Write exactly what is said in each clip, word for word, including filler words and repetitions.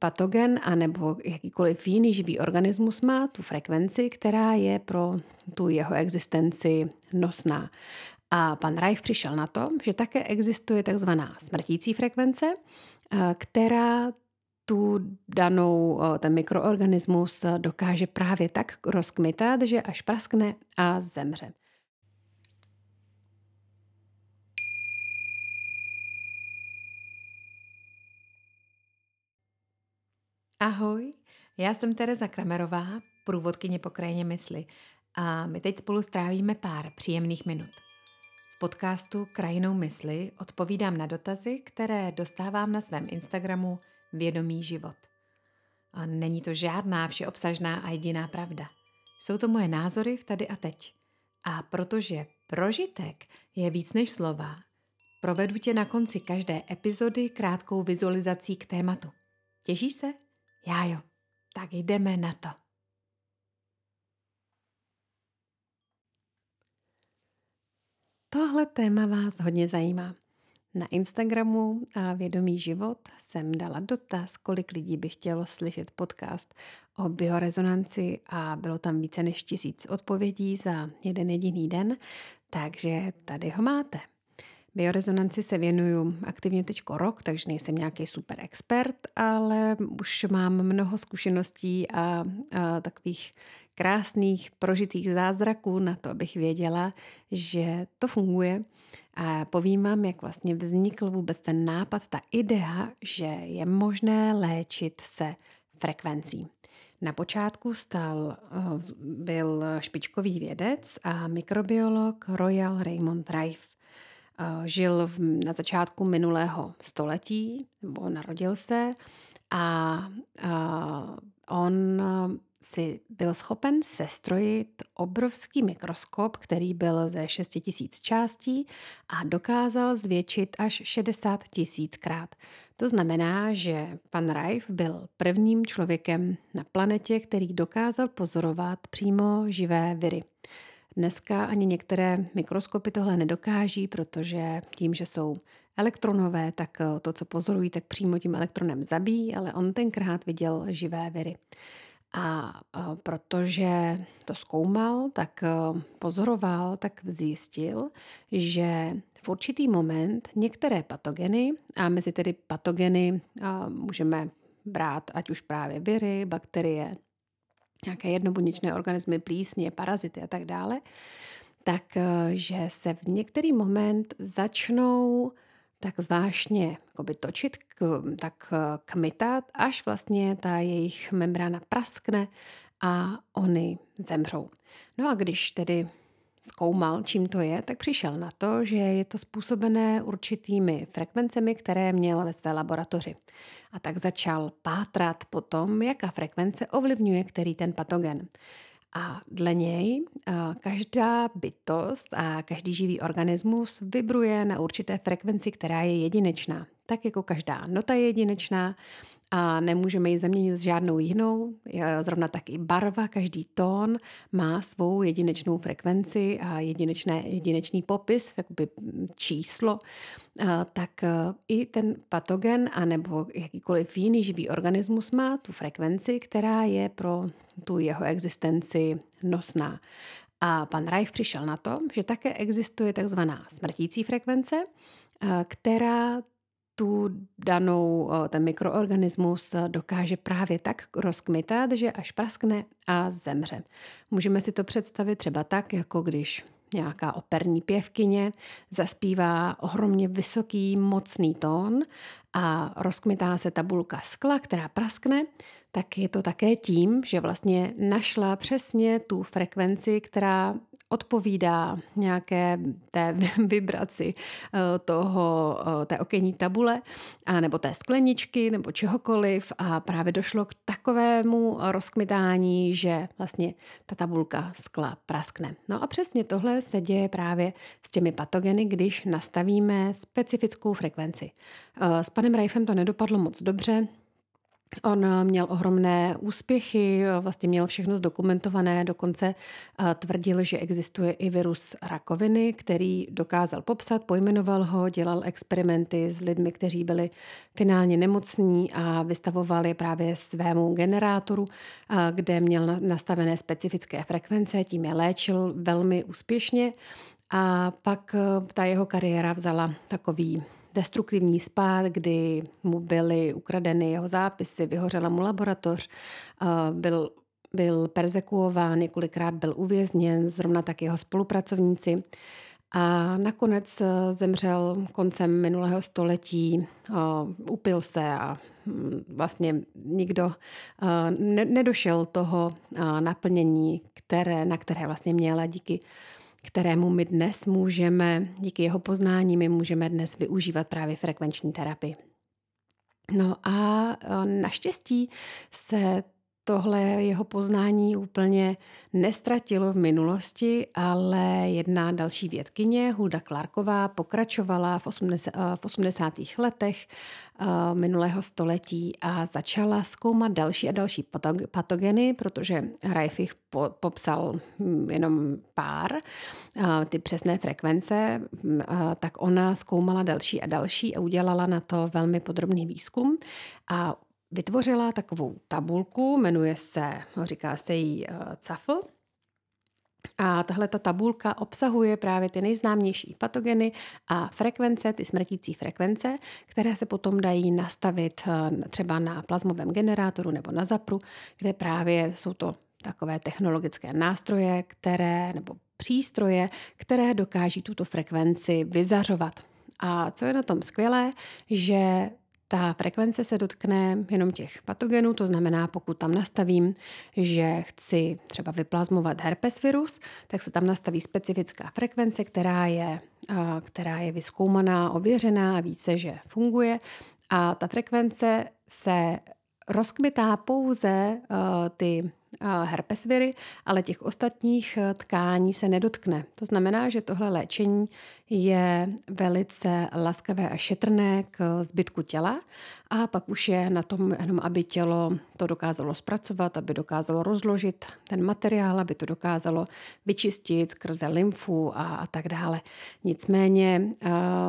patogen anebo jakýkoliv jiný živý organismus má tu frekvenci, která je pro tu jeho existenci nosná. A pan Reif přišel na to, že také existuje takzvaná smrtící frekvence, eh, která tu danou, eh, ten mikroorganismus eh, dokáže právě tak rozkmitat, že až praskne a zemře. Ahoj, já jsem Tereza Kramerová, průvodkyně po krajině mysli a my teď spolu strávíme pár příjemných minut. V podcastu Krajinou mysli odpovídám na dotazy, které dostávám na svém Instagramu Vědomý život. A není to žádná všeobsažná a jediná pravda. Jsou to moje názory v tady a teď. A protože prožitek je víc než slova, provedu tě na konci každé epizody krátkou vizualizací k tématu. Těšíš se? Já jo. Tak jdeme na to. Tohle téma vás hodně zajímá. Na Instagramu a Vědomý život jsem dala dotaz, kolik lidí by chtělo slyšet podcast o biorezonanci a bylo tam více než tisíc odpovědí za jeden jediný den, takže tady ho máte. Biorezonanci se věnuju aktivně teďko rok, takže nejsem nějaký super expert, ale už mám mnoho zkušeností a, a takových krásných prožitých zázraků na to, abych věděla, že to funguje. A povím vám, jak vlastně vznikl vůbec ten nápad, ta idea, že je možné léčit se frekvencí. Na počátku stal, byl špičkový vědec a mikrobiolog Royal Raymond Reif. Žil v, na začátku minulého století, nebo narodil se a, a on si byl schopen sestrojit obrovský mikroskop, který byl ze šest tisíc částí a dokázal zvětšit až šedesát tisíckrát. To znamená, že pan Reif byl prvním člověkem na planetě, který dokázal pozorovat přímo živé viry. Dneska ani některé mikroskopy tohle nedokáží, protože tím, že jsou elektronové, tak to, co pozorují, tak přímo tím elektronem zabíjí, ale on tenkrát viděl živé viry. A protože to zkoumal, tak pozoroval, tak zjistil, že v určitý moment některé patogeny, a mezi tedy patogeny můžeme brát ať už právě viry, bakterie, nějaké jednobuněčné organismy, plísně, parazity a tak dále, takže se v některý moment začnou tak zvláštně jakoby točit, k, tak kmitat, až vlastně ta jejich membrána praskne a oni zemřou. No a když tedy zkoumal, čím to je, tak přišel na to, že je to způsobené určitými frekvencemi, které měl ve své laboratoři. A tak začal pátrat po tom, jaká frekvence ovlivňuje který ten patogen. A dle něj každá bytost a každý živý organismus vibruje na určité frekvenci, která je jedinečná. Tak jako každá nota je jedinečná a nemůžeme ji zaměnit s žádnou jinou. Zrovna tak i barva, každý tón má svou jedinečnou frekvenci a jedinečné, jedinečný popis, jakoby číslo. Tak i ten patogen anebo jakýkoliv jiný živý organismus má tu frekvenci, která je pro tu jeho existenci nosná. A pan Reif přišel na to, že také existuje takzvaná smrtící frekvence, která tu danou, ten mikroorganismus dokáže právě tak rozkmitat, že až praskne a zemře. Můžeme si to představit třeba tak, jako když nějaká operní pěvkyně zaspívá ohromně vysoký, mocný tón a rozkmitá se tabulka skla, která praskne, tak je to také tím, že vlastně našla přesně tu frekvenci, která odpovídá nějaké té vibraci toho, té okenní tabule a nebo té skleničky nebo čehokoliv a právě došlo k takovému rozkmitání, že vlastně ta tabulka skla praskne. No a přesně tohle se děje právě s těmi patogeny, když nastavíme specifickou frekvenci. S panem Reifem to nedopadlo moc dobře, On eh, měl ohromné úspěchy, eh, vlastně měl všechno zdokumentované, dokonce eh, tvrdil, že existuje i virus rakoviny, který dokázal popsat, pojmenoval ho, dělal experimenty s lidmi, kteří byli finálně nemocní a vystavoval je právě svému generátoru, eh, kde měl na- nastavené specifické frekvence, tím je léčil velmi úspěšně. A pak eh, ta jeho kariéra vzala takový destruktivní spád, kdy mu byly ukradeny jeho zápisy, vyhořela mu laboratoř, eh, byl, byl perzekuován, několikrát byl uvězněn, zrovna tak jeho spolupracovníci. A nakonec eh, zemřel koncem minulého století, eh, upil se a hm, vlastně nikdo eh, ne, nedošel toho eh, naplnění, které, na které vlastně měl a díky kterému my dnes můžeme, díky jeho poznání, my můžeme dnes využívat právě frekvenční terapii. No a e, naštěstí se tohle jeho poznání úplně nestratilo v minulosti, ale jedna další vědkyně, Hulda Clarková, pokračovala v osmdesátých v osmdesátých letech e, minulého století a začala zkoumat další a další patog- patogeny, protože Reif jich po- popsal hm, jenom pár, e, ty přesné frekvence, hm, e, tak ona zkoumala další a další a udělala na to velmi podrobný výzkum a vytvořila takovou tabulku, jmenuje se, říká se jí eh, C A F L. A tahle ta tabulka obsahuje právě ty nejznámější patogeny a frekvence, ty smrtící frekvence, které se potom dají nastavit eh, třeba na plazmovém generátoru nebo na zapru, kde právě jsou to takové technologické nástroje, které nebo přístroje, které dokáží tuto frekvenci vyzařovat. A co je na tom skvělé, že ta frekvence se dotkne jenom těch patogenů, to znamená, pokud tam nastavím, že chci třeba vyplazmovat herpesvirus, tak se tam nastaví specifická frekvence, která je, a, která je vyzkoumaná, ověřená a více, že funguje. A ta frekvence se rozkmitá pouze a, ty a, herpesviry, ale těch ostatních a, tkání se nedotkne. To znamená, že tohle léčení je velice laskavé a šetrné k zbytku těla a pak už je na tom jenom, aby tělo to dokázalo zpracovat, aby dokázalo rozložit ten materiál, aby to dokázalo vyčistit skrze lymfu a, a tak dále. Nicméně uh,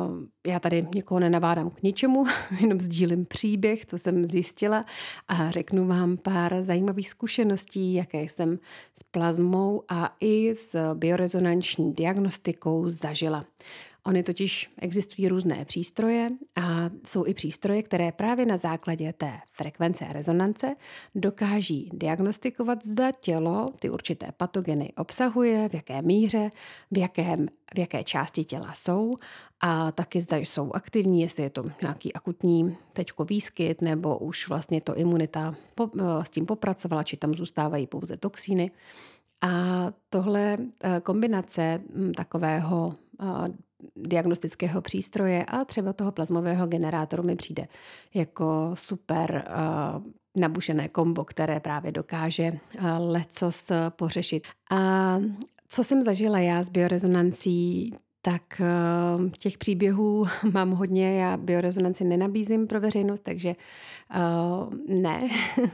já tady někoho nenavádám k ničemu, jenom sdílím příběh, co jsem zjistila a řeknu vám pár zajímavých zkušeností, jaké jsem s plazmou a i s biorezonanční diagnostikou zažila. Ony totiž existují různé přístroje a jsou i přístroje, které právě na základě té frekvence a rezonance dokáží diagnostikovat, zda tělo ty určité patogeny obsahuje, v jaké míře, v, jakém, v jaké části těla jsou a taky zda jsou aktivní, jestli je to nějaký akutní teďko výskyt nebo už vlastně to imunita po, s tím popracovala, či tam zůstávají pouze toxíny. A tohle kombinace takového diagnostického přístroje a třeba toho plazmového generátoru mi přijde jako super uh, nabušené kombo, které právě dokáže uh, lecos pořešit. A co jsem zažila já s biorezonancí, tak uh, těch příběhů mám hodně, já biorezonanci nenabízím pro veřejnost, takže uh, ne,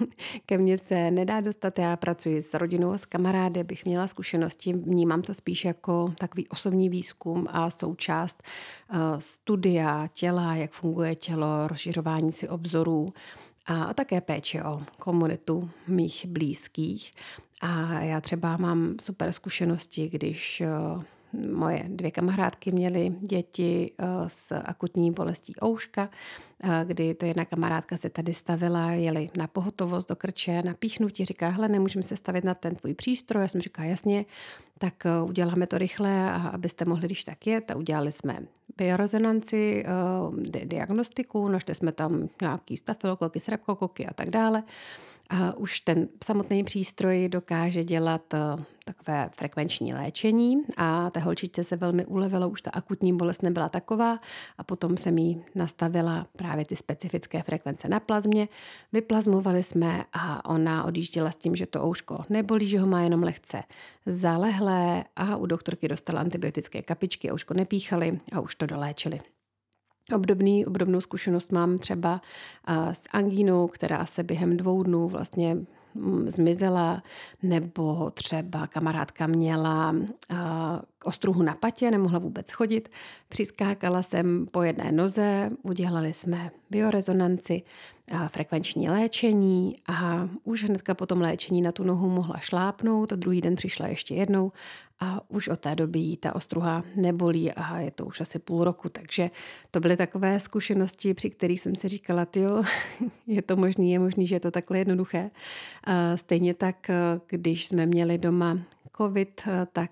ke mně se nedá dostat, já pracuji s rodinou a s kamarády, abych měla zkušenosti, vnímám to spíš jako takový osobní výzkum a součást uh, studia těla, jak funguje tělo, rozšiřování si obzorů a, a také péče o komunitu mých blízkých. A já třeba mám super zkušenosti, když uh, moje dvě kamarádky měly děti s akutní bolestí ouška, kdy to jedna kamarádka se tady stavila, jeli na pohotovost do krče, na píchnutí, říká, hele, nemůžeme se stavit na ten tvůj přístroj. Já jsem říká, jasně, tak uděláme to rychle, abyste mohli když tak jet. A udělali jsme biorezonanci, di- diagnostiku, našli jsme tam nějaký stafylokoky, streptokoky a tak dále. A už ten samotný přístroj dokáže dělat uh, takové frekvenční léčení a té holčičce se velmi ulevilo, už ta akutní bolest nebyla taková a potom jsem jí nastavila právě ty specifické frekvence na plazmě. Vyplazmovali jsme a ona odjížděla s tím, že to ouško nebolí, že ho má jenom lehce zalehlé a u doktorky dostala antibiotické kapičky, ouško nepíchali a už to doléčili. Obdobný, obdobnou zkušenost mám třeba a, s angínou, která se během dvou dnů vlastně mm, zmizela, nebo třeba kamarádka měla a, ostruhu na patě, nemohla vůbec chodit. Přiskákala jsem po jedné noze, udělali jsme biorezonanci, a frekvenční léčení a už hnedka po tom léčení na tu nohu mohla šlápnout a druhý den přišla ještě jednou a už od té doby jí ta ostruha nebolí a je to už asi půl roku, takže to byly takové zkušenosti, při kterých jsem si říkala, tyjo, je to možný, je možný, že je to takhle jednoduché. A stejně tak, když jsme měli doma covid, tak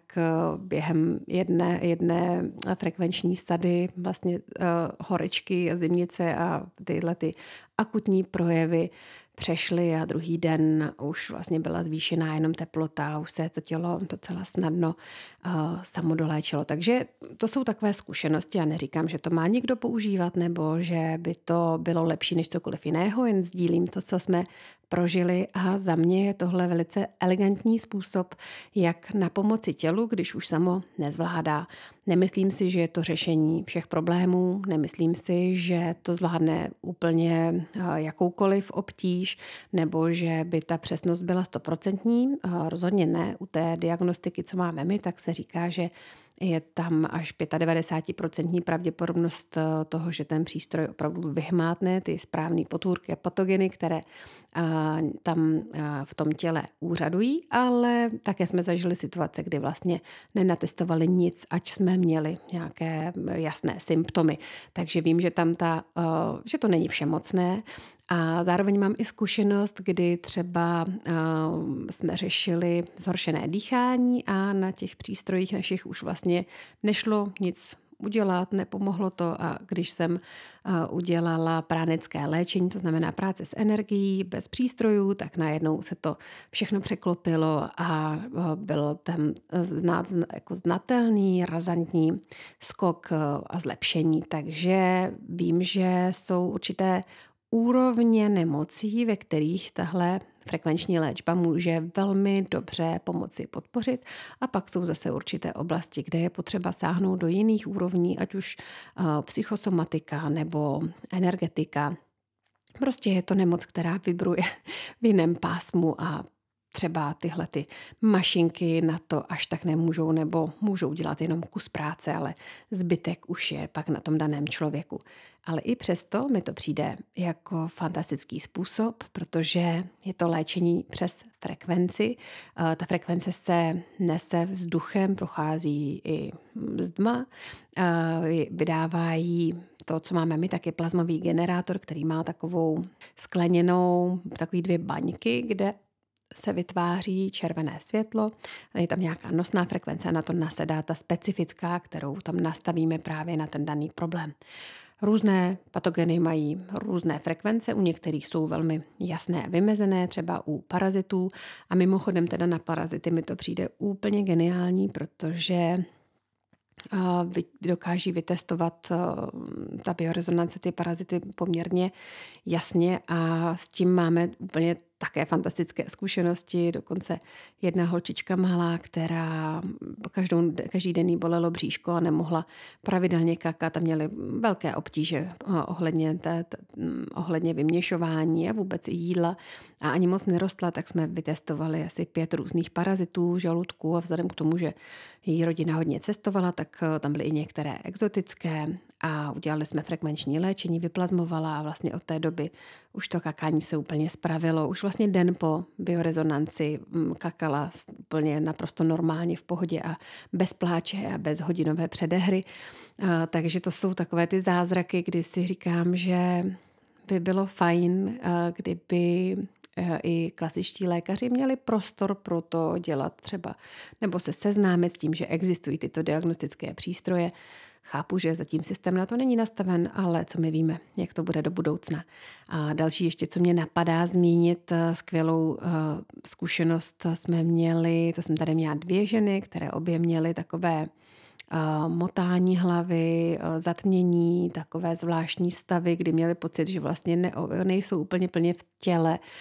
během jedné, jedné frekvenční sady vlastně uh, horečky a zimnice a tyhle ty akutní projevy přešly a druhý den už vlastně byla zvýšená jenom teplota, už se to tělo docela snadno uh, samo doléčilo. Takže to jsou takové zkušenosti. Já neříkám, že to má někdo používat nebo že by to bylo lepší než cokoliv jiného, jen sdílím to, co jsme prožili a za mě je tohle velice elegantní způsob, jak na pomoci tělu, když už samo nezvládá. Nemyslím si, že je to řešení všech problémů, nemyslím si, že to zvládne úplně jakoukoliv obtíž, nebo že by ta přesnost byla stoprocentní. Rozhodně ne. U té diagnostiky, co máme my, tak se říká, že je tam až devadesát pět procent pravděpodobnost toho, že ten přístroj opravdu vyhmátne ty správné potvůrky a patogeny, které a, tam a, v tom těle úřadují, ale také jsme zažili situace, kdy vlastně nenatestovali nic, ať jsme měli nějaké jasné symptomy. Takže vím, že tam ta, a, že to není všemocné. A zároveň mám i zkušenost, kdy třeba uh, jsme řešili zhoršené dýchání a na těch přístrojích našich už vlastně nešlo nic udělat, nepomohlo to a když jsem uh, udělala pránické léčení, to znamená práce s energií, bez přístrojů, tak najednou se to všechno překlopilo a uh, byl tam znát, jako znatelný, razantní skok uh, a zlepšení. Takže vím, že jsou určité úrovně nemocí, ve kterých tahle frekvenční léčba může velmi dobře pomoci podpořit a pak jsou zase určité oblasti, kde je potřeba sáhnout do jiných úrovní, ať už uh, psychosomatika nebo energetika. Prostě je to nemoc, která vibruje v jiném pásmu a třeba tyhle ty mašinky na to až tak nemůžou nebo můžou dělat jenom kus práce, ale zbytek už je pak na tom daném člověku. Ale i přesto mi to přijde jako fantastický způsob, protože je to léčení přes frekvenci. Ta frekvence se nese vzduchem, prochází i zdma, vydávají to, co máme my, tak je plazmový generátor, který má takovou skleněnou, takový dvě baňky, kde se vytváří červené světlo, je tam nějaká nosná frekvence a na to nasedá ta specifická, kterou tam nastavíme právě na ten daný problém. Různé patogeny mají různé frekvence, u některých jsou velmi jasné a vymezené, třeba u parazitů a mimochodem teda na parazity mi to přijde úplně geniální, protože dokáží vytestovat ta biorezonance ty parazity poměrně jasně a s tím máme úplně také fantastické zkušenosti. Dokonce jedna holčička malá, která každou, každý den jí bolelo bříško a nemohla pravidelně kakat a měly velké obtíže ohledně, té, t, ohledně vyměšování a vůbec i jídla. A ani moc nerostla, tak jsme vytestovali asi pět různých parazitů, žaludků a vzhledem k tomu, že její rodina hodně cestovala, tak tam byly i některé exotické a udělali jsme frekvenční léčení, vyplazmovala a vlastně od té doby už to kakání se úplně spravilo. Už vlastně den po biorezonanci kakala úplně naprosto normálně v pohodě a bez pláče a bez hodinové předehry. A, takže to jsou takové ty zázraky, kdy si říkám, že by bylo fajn, kdyby i klasičtí lékaři měli prostor pro to dělat třeba, nebo se seznámit s tím, že existují tyto diagnostické přístroje. Chápu, že zatím systém na to není nastaven, ale co my víme, jak to bude do budoucna. A další ještě, co mě napadá zmínit, skvělou uh, zkušenost jsme měli, to jsem tady měla dvě ženy, které obě měly takové uh, motání hlavy, uh, zatmění, takové zvláštní stavy, kdy měli pocit, že vlastně ne, nejsou úplně plně v těle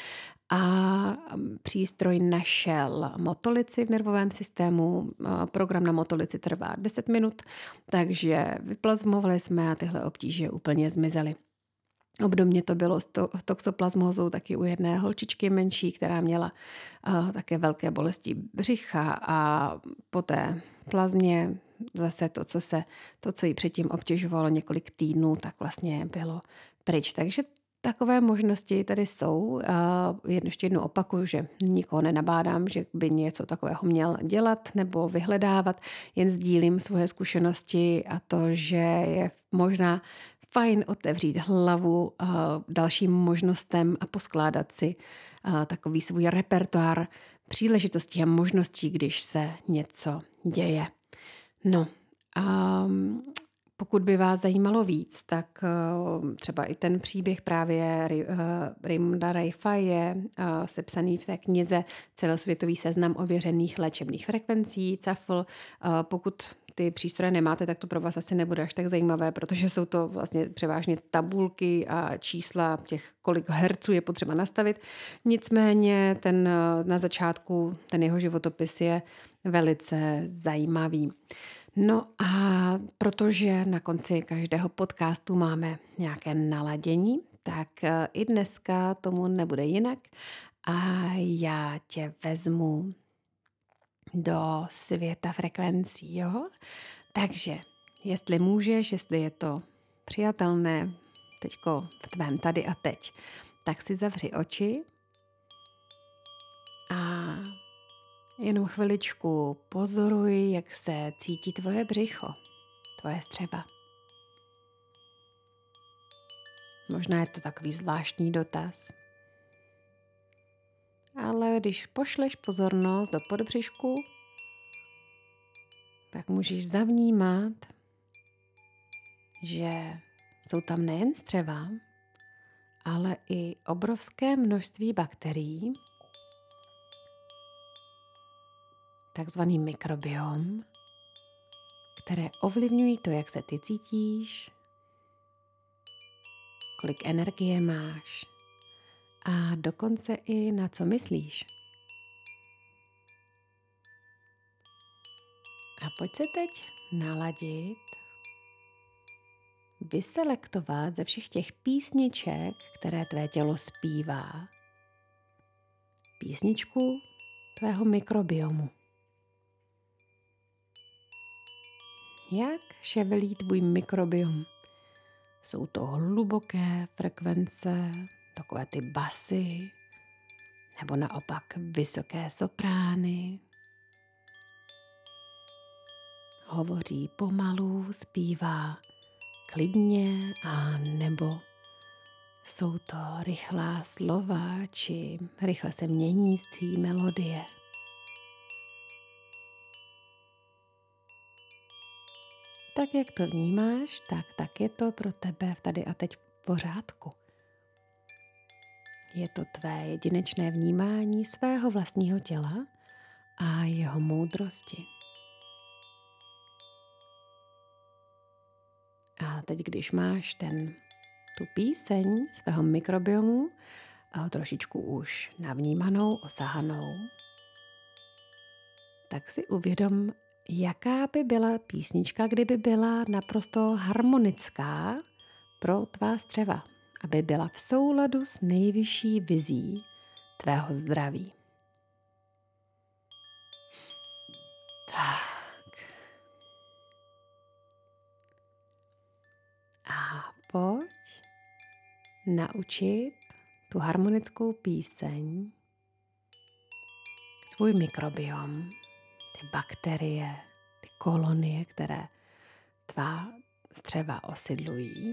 a přístroj našel motolici v nervovém systému. Program na motolici trvá deset minut, takže vyplazmovali jsme a tyhle obtíže úplně zmizely. Obdobně to bylo s, to, s toxoplasmózou taky u jedné holčičky menší, která měla uh, také velké bolesti břicha a po té plazmě zase to, co se, to, co jí předtím obtěžovalo několik týdnů, tak vlastně bylo pryč. Takže takové možnosti tady jsou. Uh, ještě jednou opakuju, že nikoho nenabádám, že by něco takového měl dělat nebo vyhledávat, jen sdílím svoje zkušenosti a to, že je možná fajn otevřít hlavu uh, dalším možnostem a poskládat si uh, takový svůj repertoár příležitostí a možností, když se něco děje. No, um, pokud by vás zajímalo víc, tak uh, třeba i ten příběh právě uh, Raymonda Raifa je uh, sepsaný v té knize Celosvětový seznam ověřených léčebných frekvencí, C A F L. Uh, pokud ty přístroje nemáte, tak to pro vás asi nebude až tak zajímavé, protože jsou to vlastně převážně tabulky a čísla těch, kolik herců je potřeba nastavit. Nicméně ten na začátku, ten jeho životopis je velice zajímavý. No a protože na konci každého podcastu máme nějaké naladění, tak i dneska tomu nebude jinak a já tě vezmu do světa frekvencí, jo? Takže, jestli můžeš, jestli je to přijatelné teďko v tvém tady a teď, tak si zavři oči a jenom chviličku pozoruj, jak se cítí tvoje břicho, tvoje střeva. Možná je to takový zvláštní dotaz, ale když pošleš pozornost do podbřišku, tak můžeš zavnímat, že jsou tam nejen střeva, ale i obrovské množství bakterií, takzvaný mikrobiom, které ovlivňují to, jak se ty cítíš, kolik energie máš a dokonce i na co myslíš. A pojď se teď naladit, vyselektovat ze všech těch písniček, které tvé tělo zpívá, písničku tvého mikrobiomu. Jak ševelí tvůj mikrobiom? Jsou to hluboké frekvence, takové ty basy, nebo naopak vysoké soprány. Hovoří pomalu, zpívá klidně a nebo jsou to rychlá slova či rychle se měnící melodie. Tak, jak to vnímáš, tak, tak je to pro tebe v tady a teď v pořádku. Je to tvé jedinečné vnímání svého vlastního těla a jeho moudrosti. A teď, když máš ten, tu píseň svého mikrobiomu trošičku už navnímanou, osahanou, tak si uvědom, jaká by byla písnička, kdyby byla naprosto harmonická pro tvá střeva, aby byla v souladu s nejvyšší vizí tvého zdraví. Tak. A pojď naučit tu harmonickou píseň svůj mikrobiom, ty bakterie, ty kolonie, které tvá střeva osidlují.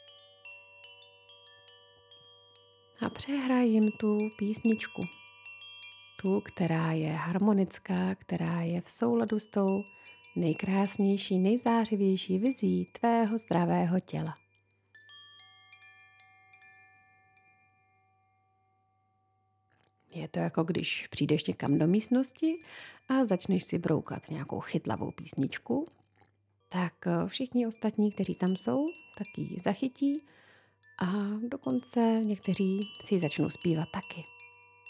A přehraj jim tu písničku. Tu, která je harmonická, která je v souladu s tou nejkrásnější, nejzářivější vizí tvého zdravého těla. Je to jako když přijdeš někam do místnosti a začneš si broukat nějakou chytlavou písničku, tak všichni ostatní, kteří tam jsou, tak ji zachytí a dokonce někteří si ji začnou zpívat taky.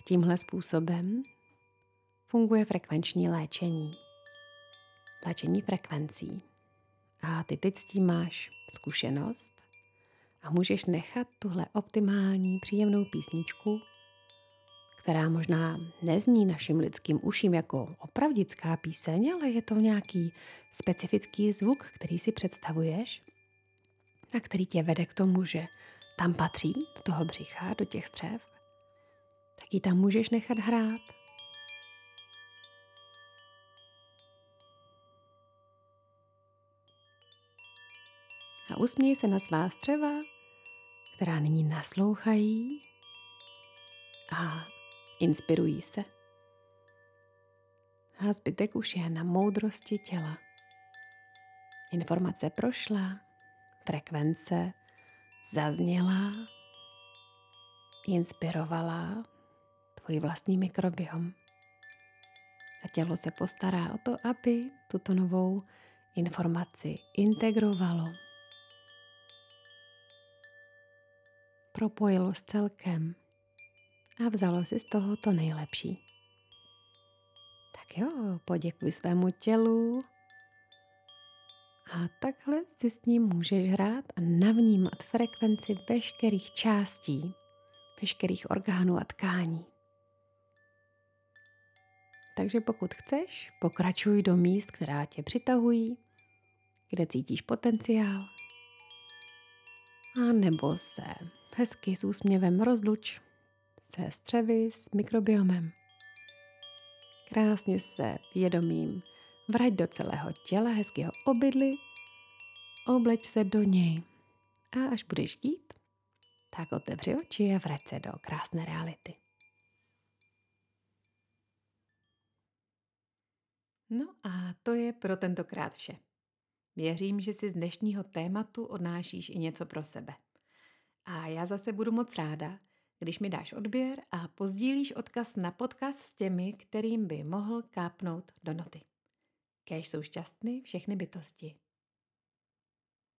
Tímhle způsobem funguje frekvenční léčení. Léčení frekvencí. A ty teď s tím máš zkušenost a můžeš nechat tuhle optimální, příjemnou písničku, která možná nezní našim lidským uším jako opravdická píseň, ale je to nějaký specifický zvuk, který si představuješ a který tě vede k tomu, že tam patří, do toho břicha, do těch střev, tak ji tam můžeš nechat hrát. A usměj se na svá střeva, která nyní naslouchají a inspirují se. A zbytek už je na moudrosti těla. Informace prošla, frekvence zazněla, inspirovala tvůj vlastní mikrobiom. A tělo se postará o to, aby tuto novou informaci integrovalo. Propojilo s celkem a vzalo si z toho to nejlepší. Tak jo, poděkuj svému tělu a takhle si s ním můžeš hrát a navnímat frekvenci veškerých částí, veškerých orgánů a tkání. Takže pokud chceš, pokračuj do míst, která tě přitahují, kde cítíš potenciál, a nebo se hezky s úsměvem rozluč se střevy, s mikrobiomem. Krásně se vědomím vrať do celého těla, hezky ho obydli, obleč se do něj a až budeš chtít, tak otevři oči a vrať se do krásné reality. No a to je pro tentokrát vše. Věřím, že si z dnešního tématu odnášíš i něco pro sebe. A já zase budu moc ráda, když mi dáš odběr a pozdílíš odkaz na podcast s těmi, kterým by mohl kápnout do noty. Kéž jsou šťastný všechny bytosti.